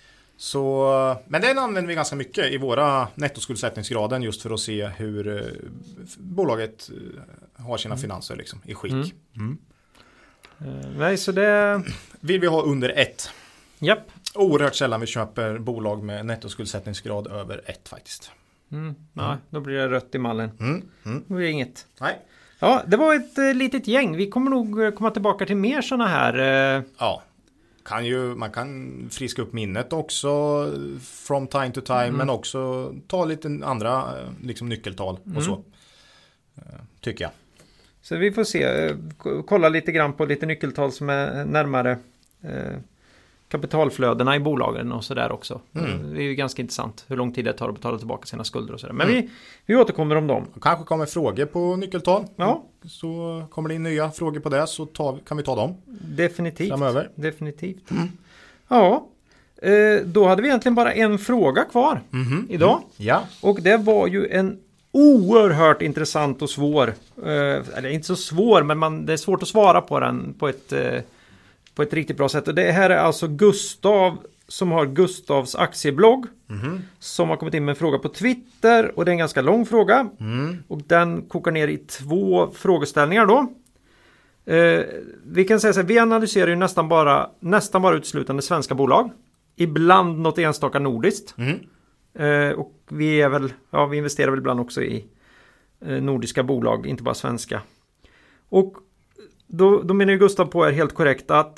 Så, men den använder vi ganska mycket i våra nettoskuldsättningsgraden just för att se hur eh, bolaget eh, har sina mm. finanser liksom, i skick. Mm. Mm. Uh, nej, så det... Vill vi ha under ett? Japp. Oerhört sällan vi köper bolag med nettoskuldsättningsgrad över ett faktiskt. Mm. Mm. Ja, då blir det rött i mallen. Mm. Mm. Det blir inget. Nej. Ja, det var ett eh, litet gäng. Vi kommer nog komma tillbaka till mer sådana här... Eh... Ja. Kan ju, man kan friska upp minnet också from time to time mm. men också ta lite andra liksom, nyckeltal och mm. så. Tycker jag. Så vi får se. Kolla lite grann på lite nyckeltal som är närmare eh, kapitalflödena i bolagen och sådär också. Mm. Det är ju ganska intressant hur lång tid det tar att betala tillbaka sina skulder och sådär. Men mm. vi, vi återkommer om dem. Kanske kommer frågor på nyckeltal. Ja. Så kommer det in nya frågor på det så tar, kan vi ta dem. Definitivt. Framöver. Definitivt. Mm. Ja, eh, då hade vi egentligen bara en fråga kvar mm-hmm. idag. Mm. Ja. Och det var ju en oerhört intressant och svår. Eh, eller inte så svår, men man, det är svårt att svara på den på ett... Eh, på ett riktigt bra sätt. Och det här är alltså Gustav som har Gustavs aktieblogg mm. som har kommit in med en fråga på Twitter och det är en ganska lång fråga mm. och den kokar ner i två frågeställningar då. Eh, vi kan säga så här, vi analyserar ju nästan bara nästan bara uteslutande svenska bolag. Ibland något enstaka nordiskt. Mm. Eh, och vi är väl, ja vi investerar väl ibland också i eh, nordiska bolag, inte bara svenska. Och Då, då menar ju Gustav på är helt korrekt att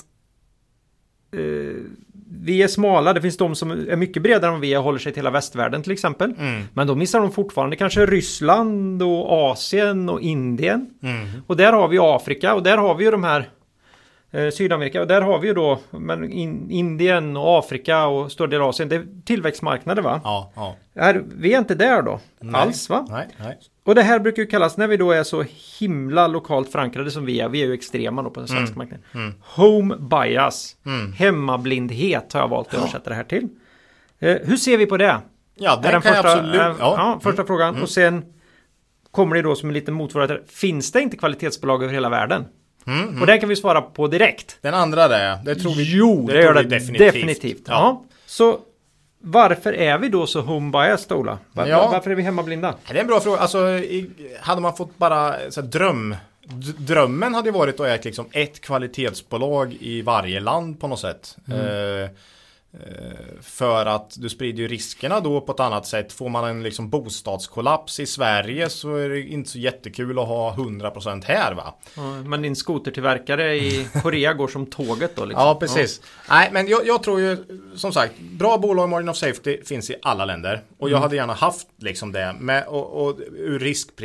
eh, vi är smala. Det finns de som är mycket bredare än vi och håller sig till hela västvärlden till exempel. Mm. Men då missar de fortfarande kanske Ryssland och Asien och Indien. Mm. Och där har vi Afrika och där har vi ju de här eh, Sydamerika. Och där har vi ju då men in, Indien och Afrika och stora delar av Asien. Det är tillväxtmarknader va? Ja, ja. Är, vi är inte där då nej, alls va? Nej, nej. Och det här brukar ju kallas, när vi då är så himla lokalt förankrade som vi är, vi är ju extrema då på den svenska mm. marknaden. Mm. Home bias, mm. hemmablindhet har jag valt att översätta det här till. Eh, hur ser vi på det? Ja, det är den kan första, jag absolut. Äh, ja. ja, första mm. frågan. Mm. Och sen kommer det då som en liten motfråga. Finns det inte kvalitetsbolag över hela världen? Mm. Mm. Och det kan vi svara på direkt. Den andra där, det tror vi, jo, det, det gör det definitivt. definitivt. Ja. Ja. Så... Varför är vi då så home biased, Ola? Var, ja. Varför är vi hemmablinda? Det är en bra fråga. Alltså, i, hade man fått bara så här, dröm... D- drömmen hade varit att äga liksom, ett kvalitetsbolag i varje land på något sätt. Mm. Eh, För att du sprider ju riskerna då på ett annat sätt. Får man en liksom bostadskollaps i Sverige så är det inte så jättekul att ha hundra procent här va? Ja, men din skotertillverkare i Korea går som tåget då liksom. Ja, precis. Ja. Nej, men jag, jag tror ju som sagt, bra bolag margin of safety finns i alla länder. Och jag mm. hade gärna haft liksom det med, och, och ur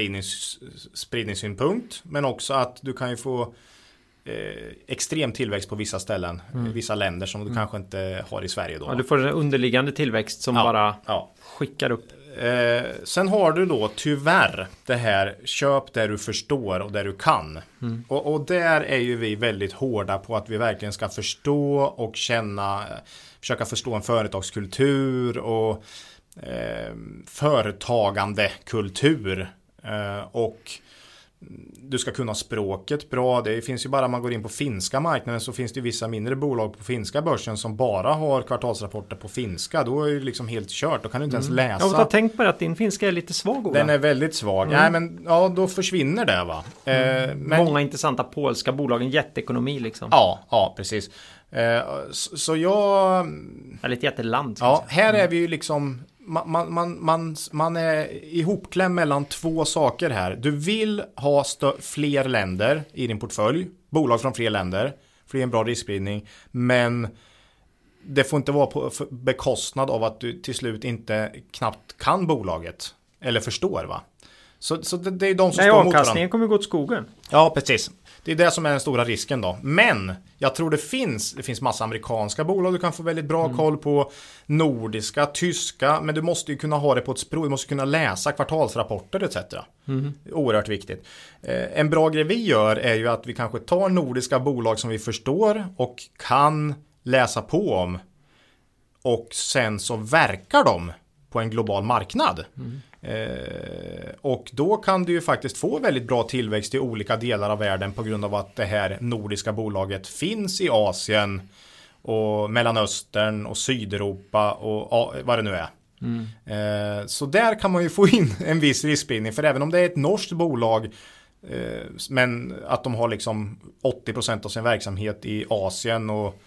riskspridningssynpunkt. Men också att du kan ju få Eh, extrem tillväxt på vissa ställen, mm. vissa länder som du mm. kanske inte har i Sverige då. Ja, du får en underliggande tillväxt som ja, bara ja. skickar upp Eh, sen har du då tyvärr det här köp där du förstår och där du kan. Mm. Och, och där är ju vi väldigt hårda på att vi verkligen ska förstå och känna, försöka förstå en företagskultur och eh, företagandekultur. Eh, och du ska kunna språket bra. Det finns ju bara, om man går in på finska marknaden så finns det vissa mindre bolag på finska börsen som bara har kvartalsrapporter på finska. Då är det liksom helt kört. Då kan du inte ens läsa. Jag har tänkt på att din finska är lite svag. Ola. Den är väldigt svag. Mm. Nej, men ja, då försvinner det va. Mm. Eh, men... Många intressanta polska bolag, en jätteekonomi liksom. Ja, ja precis. Eh, så, så jag... Eller ett jätteland. Ja, här är vi ju liksom... Man, man, man, man är ihopklämd mellan två saker här. Du vill ha stö- fler länder i din portfölj. Bolag från fler länder. För det är en bra riskspridning. Men det får inte vara på bekostnad av att du till slut inte knappt kan bolaget. Eller förstår va? Så, så det, det är de som Nej, står mot varandra. avkastningen kommer gå åt skogen. Ja, precis. Det är det som är den stora risken då. Men jag tror det finns, det finns massa amerikanska bolag. Du kan få väldigt bra mm. koll på nordiska, tyska. Men du måste ju kunna ha det på ett språk. Du måste kunna läsa kvartalsrapporter et cetera. Mm. Oerhört viktigt. Eh, en bra grej vi gör är ju att vi kanske tar nordiska bolag som vi förstår och kan läsa på om. Och sen så verkar de på en global marknad. Mm. Eh, och då kan du ju faktiskt få väldigt bra tillväxt i olika delar av världen på grund av att det här nordiska bolaget finns i Asien och Mellanöstern och Sydeuropa och, och vad det nu är. Mm. Eh, så där kan man ju få in en viss riskspridning, för även om det är ett norskt bolag eh, men att de har liksom åttio procent av sin verksamhet i Asien och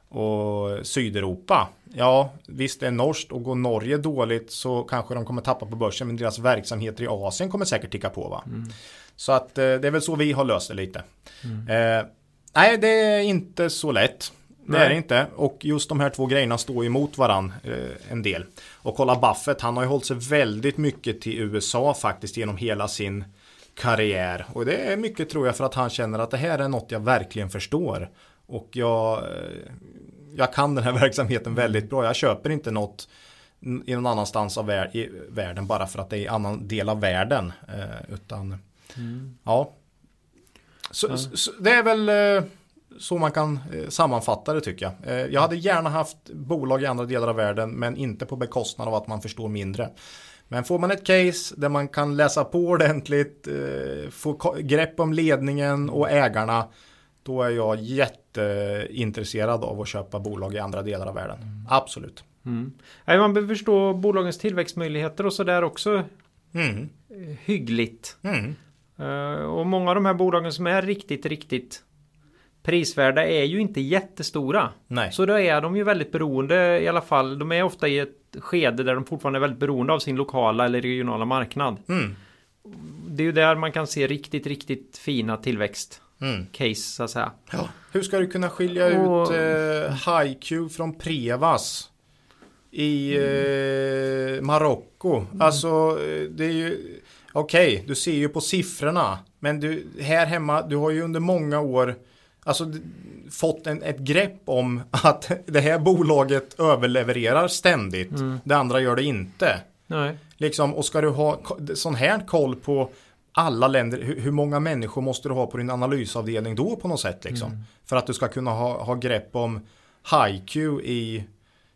och Sydeuropa. Ja, visst är norskt och går Norge dåligt så kanske de kommer tappa på börsen, men deras verksamheter i Asien kommer säkert ticka på va. Mm. Så att eh, det är väl så vi har löst det lite. Mm. Eh, nej, det är inte så lätt. Det nej. är det inte. Och just de här två grejerna står emot varann eh, en del. Och kolla Buffett, han har ju hållit sig väldigt mycket till U S A faktiskt genom hela sin karriär. Och det är mycket tror jag för att han känner att det här är något jag verkligen förstår. Och jag, jag kan den här verksamheten väldigt bra. Jag köper inte något i någon annanstans av vär- i världen bara för att det är en annan del av världen. Eh, utan, mm. ja. Så, ja. Så, så det är väl eh, så man kan eh, sammanfatta det tycker jag. Eh, jag hade gärna haft bolag i andra delar av världen men inte på bekostnad av att man förstår mindre. Men får man ett case där man kan läsa på ordentligt, eh, få ko- grepp om ledningen och ägarna, då är jag jätteintresserad av att köpa bolag i andra delar av världen. Mm. Absolut. Mm. Man behöver förstå bolagens tillväxtmöjligheter och så där också mm. hyggligt. Mm. Uh, och många av de här bolagen som är riktigt, riktigt prisvärda är ju inte jättestora. Nej. Så då är de ju väldigt beroende i alla fall. De är ofta i ett skede där de fortfarande är väldigt beroende av sin lokala eller regionala marknad. Mm. Det är ju där man kan se riktigt, riktigt fina tillväxt. Mm. Case så att säga. Ja. Hur ska du kunna skilja och... ut eh, HiQ från Prevas i eh, Marocko? Mm. Alltså det är ju okej, okay, du ser ju på siffrorna, men du här hemma, du har ju under många år alltså fått en, ett grepp om att det här bolaget överlevererar ständigt. Mm. Det andra gör det inte. Nej. Liksom, och ska du ha sån här koll på alla länder, hur, hur många människor måste du ha på din analysavdelning då på något sätt liksom? Mm. För att du ska kunna ha, ha grepp om HiQ i,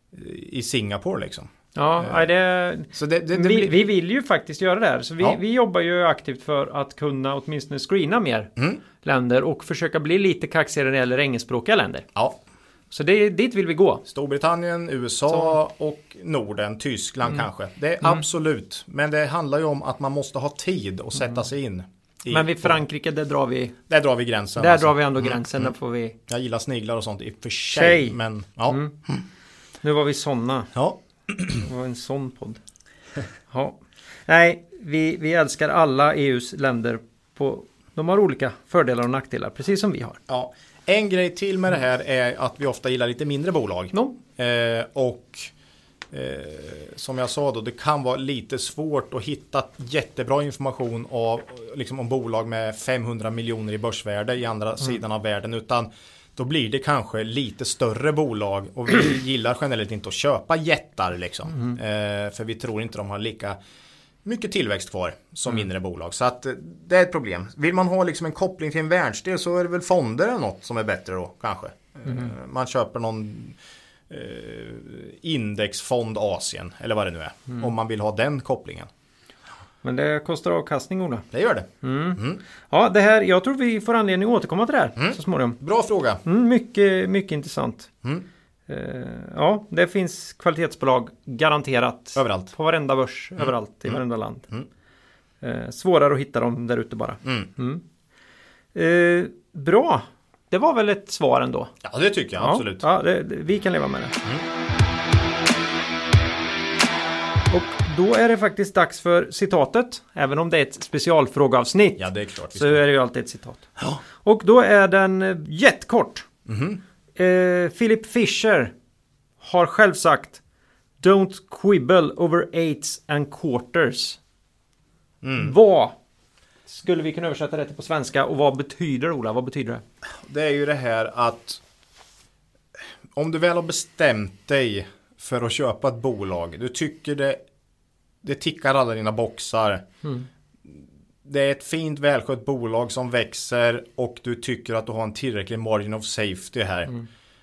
i Singapore liksom. Ja, eh, det, så det, det, det vi, blir... vi vill ju faktiskt göra det här. Så vi, ja. vi jobbar ju aktivt för att kunna åtminstone screena mer mm. länder och försöka bli lite kaxigare när det gäller engelskspråkiga länder. Ja. Så det, dit vill vi gå. Storbritannien, U S A så. Och Norden, Tyskland mm. kanske. Det är mm. absolut. Men det handlar ju om att man måste ha tid att sätta mm. sig in. I, men vid Frankrike, där drar vi... Där drar vi gränsen. Där alltså. drar vi ändå gränsen. Mm. Där får vi... Jag gillar sniglar och sånt i och för sig. Tjej. Men ja. Mm. Mm. Nu var vi såna. Ja. Det var en sån podd. Ja. Nej, vi, vi älskar alla E U:s länder. På, de har olika fördelar och nackdelar, precis som vi har. Ja. En grej till med det här är att vi ofta gillar lite mindre bolag. No. Eh, och eh, som jag sa då, det kan vara lite svårt att hitta jättebra information av, liksom, om bolag med femhundra miljoner i börsvärde i andra mm. sidan av världen. Utan då blir det kanske lite större bolag och vi gillar generellt inte att köpa jättar liksom. Mm. Eh, för vi tror inte de har lika mycket tillväxt kvar som mm. mindre bolag. Så att det är ett problem. Vill man ha liksom en koppling till en världsdel så är det väl fonder eller något som är bättre då kanske. Mm. Eh, man köper någon eh, indexfond Asien eller vad det nu är. Mm. Om man vill ha den kopplingen. Men det kostar avkastning, Ola. Det gör det. Mm. Mm. Ja, det här, jag tror vi får anledning att återkomma till det här mm. så småningom. Bra fråga. Mm, mycket, mycket intressant. Mm. Uh, ja, det finns kvalitetsbolag garanterat. Överallt. På varenda börs, mm. överallt i mm. varenda land. Mm. Uh, svårare att hitta dem där ute bara. Mm. Mm. Uh, bra. Det var väl ett svar ändå? Ja, det tycker jag. Ja, absolut. Ja, det, det, vi kan leva med det. Mm. Och då är det faktiskt dags för citatet. Även om det är ett specialfrågeavsnitt. Ja, det är klart. Så är det ju alltid ett citat. Ja. Och då är den jättekort. Mm-hmm. Eh, Philip Fisher har själv sagt Don't quibble over eights and quarters. Mm. Vad skulle vi kunna översätta det till på svenska och vad betyder Ola? Vad betyder det? Det är ju det här att om du väl har bestämt dig för att köpa ett bolag, du tycker det det tickar alla dina boxar. Mm. Det är ett fint välskött bolag som växer och du tycker att du har en tillräcklig margin of safety här. Mm.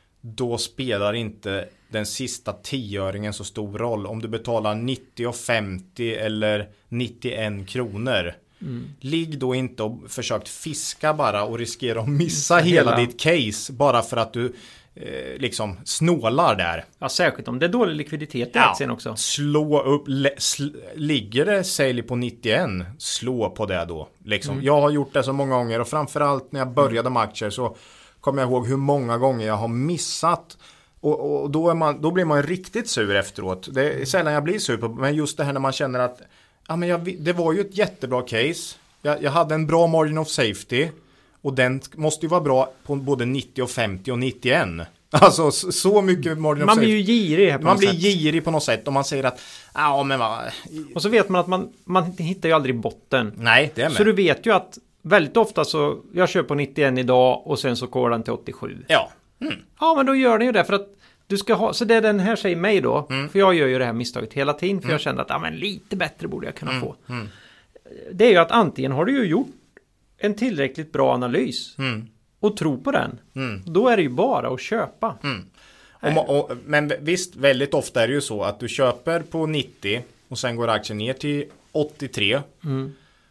Då spelar inte den sista tioöringen så stor roll. Om du betalar nittio och femtio eller nittioen kronor. Mm. Ligg då inte och försökt fiska bara och riskera att missa hela, hela ditt case bara för att du eh, liksom snålar där. Ja, särskilt om det är dålig likviditet i ja, aktien också. Slå upp, le, sl, ligger det sälj på nittioen, slå på det då. Liksom. Mm. Jag har gjort det så många gånger och framförallt när jag började med aktier så kommer jag ihåg hur många gånger jag har missat. Och, och då, är man, då blir man riktigt sur efteråt. Det är sällan jag blir sur på, men just det här när man känner att ja, men jag, det var ju ett jättebra case. Jag, jag hade en bra margin of safety. Och den måste ju vara bra på både nittio och femtio och nittioen. Alltså så, så mycket margin of man safety. blir ju girig här på Man blir sätt. girig på något sätt. Och man säger att ja men vad... Och så vet man att man, man hittar ju aldrig botten. Nej, det är med. Så du vet ju att väldigt ofta så jag köper på nittioen idag och sen så går den till åttiosju. Ja. Mm. Ja, men då gör den ju det för att du ska ha, så det är den här säger mig då, mm. för jag gör ju det här misstaget hela tiden, för mm. jag känner att ja, men lite bättre borde jag kunna mm. få. Mm. Det är ju att antingen har du ju gjort en tillräckligt bra analys mm. och tro på den. Mm. Då är det ju bara att köpa. Mm. Och, och, men visst, väldigt ofta är det ju så att du köper på nittio och sen går aktien ner till åttiotre mm.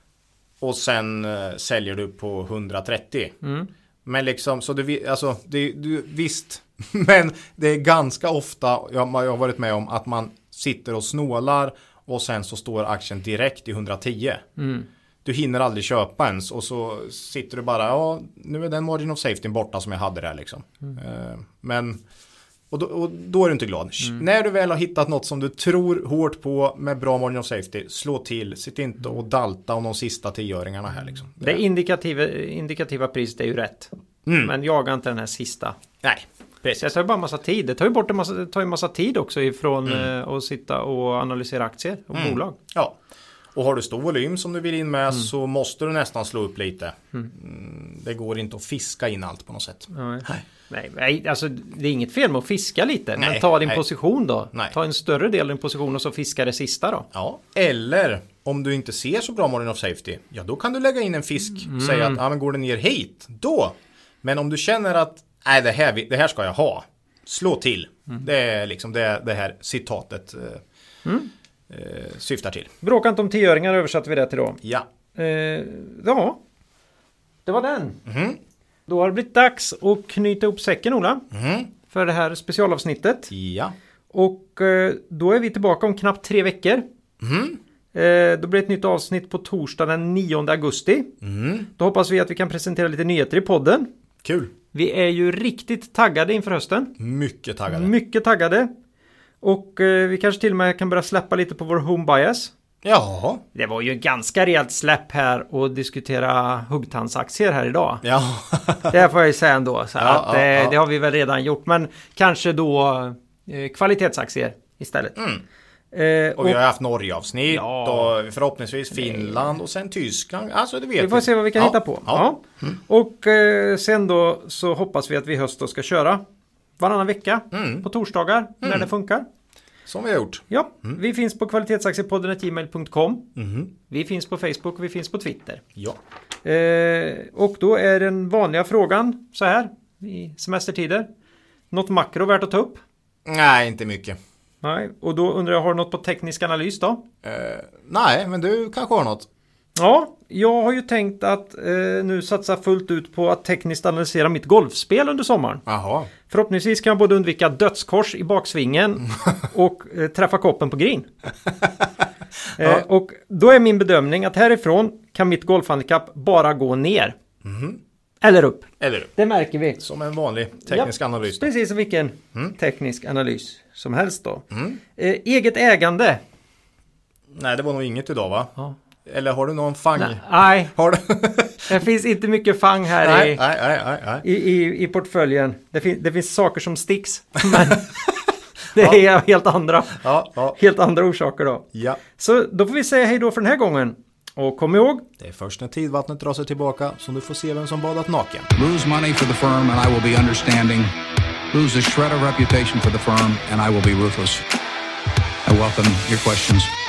och sen uh, säljer du på hundratrettio. Mm. Men liksom, så det, alltså, det, du, visst, men det är ganska ofta, jag, jag har varit med om att man sitter och snålar och sen så står aktien direkt i hundratio. Mm. Du hinner aldrig köpa ens och så sitter du bara, ja, nu är den margin of safety borta som jag hade där liksom. Mm. Uh, men, och då, och då är du inte glad. Mm. När du väl har hittat något som du tror hårt på med bra margin of safety, slå till, sitt inte och dalta om de sista tioöringarna här liksom. Det, det indikativa, indikativa priset är ju rätt. Mm. Men jaga inte den här sista. Nej, precis. Det tar ju bara massa tid. Det tar ju bort en massa, det tar ju massa tid också ifrån mm. eh, att sitta och analysera aktier och mm. bolag. Ja. Och har du stor volym som du vill in med mm. så måste du nästan slå upp lite. Mm. Mm, det går inte att fiska in allt på något sätt. Nej. Nej, nej, alltså det är inget fel med att fiska lite. Nej, men ta din nej. position då. Nej. Ta en större del av din position och så fiska det sista då. Ja, eller om du inte ser så bra margin of safety, ja då kan du lägga in en fisk och mm. säga att ja, men går det ner hit, då. Men om du känner att nej, det här, det här ska jag ha, slå till. Mm. Det är liksom det, det här citatet eh, mm. eh, syftar till. Bråka inte om tioöringar översatte vi det till då. Ja. Eh, ja, det var den. Mm. Då har det blivit dags att knyta upp säcken, Ola. Mm. För det här specialavsnittet. Ja. Och eh, då är vi tillbaka om knappt tre veckor. Mm. Eh, då blir det ett nytt avsnitt på torsdag den nionde augusti. Mm. Då hoppas vi att vi kan presentera lite nyheter i podden. Kul. Vi är ju riktigt taggade inför hösten. Mycket taggade. Mycket taggade. Och eh, vi kanske till och med kan börja släppa lite på vår home bias. Ja. Det var ju en ganska rejält släpp här och diskutera huggtandsaktier här idag. Ja. Det får jag ju säga ändå. Så ja, att, ja, eh, ja. Det har vi väl redan gjort. Men kanske då eh, kvalitetsaktier istället. Mm. Eh, och, och vi har haft Norge-avsnitt ja. och förhoppningsvis Finland och sen Tyskland. Alltså det vet vi. Vi får se vad vi kan ja. hitta på. Ja. Ja. Mm. Och eh, sen då så hoppas vi att vi höst då ska köra varannan vecka mm. på torsdagar mm. när det funkar. Som vi har gjort. Ja, mm. vi finns på kvalitetsaktiepodden at gmail punkt com. Mm. Vi finns på Facebook och vi finns på Twitter. Ja. Eh, och då är den vanliga frågan så här i semestertider. Något makro värt att ta upp? Nej, inte mycket. Nej, och då undrar jag, har du något på teknisk analys då? Eh, nej, men du kanske har något. Ja, jag har ju tänkt att eh, nu satsa fullt ut på att tekniskt analysera mitt golfspel under sommaren. Jaha. Förhoppningsvis kan jag både undvika dödskors i baksvingen och eh, träffa koppen på green. eh, ja. Och då är min bedömning att härifrån kan mitt golfhandikapp bara gå ner. Mm. Eller upp. Eller upp. Det märker vi. Som en vanlig teknisk ja, analys. Då. Precis som vilken mm. teknisk analys som helst då. Mm. Eh, eget ägande. Nej, det var nog inget idag va? Ja. Eller har du någon fang? Nej, har du? det finns inte mycket fang här nej, i, nej, nej, nej. I, i, i portföljen. Det, fin- det finns saker som sticks. Men det ja. är helt andra. Ja, ja. Helt andra orsaker då. Ja. Så då får vi säga hej då för den här gången. Och kom ihåg. Det är först när tidvattnet drar sig tillbaka som du får se vem som badat naken. Lose money for the firm and I will be understanding. Lose a shred of reputation for the firm and I will be ruthless. I welcome your questions.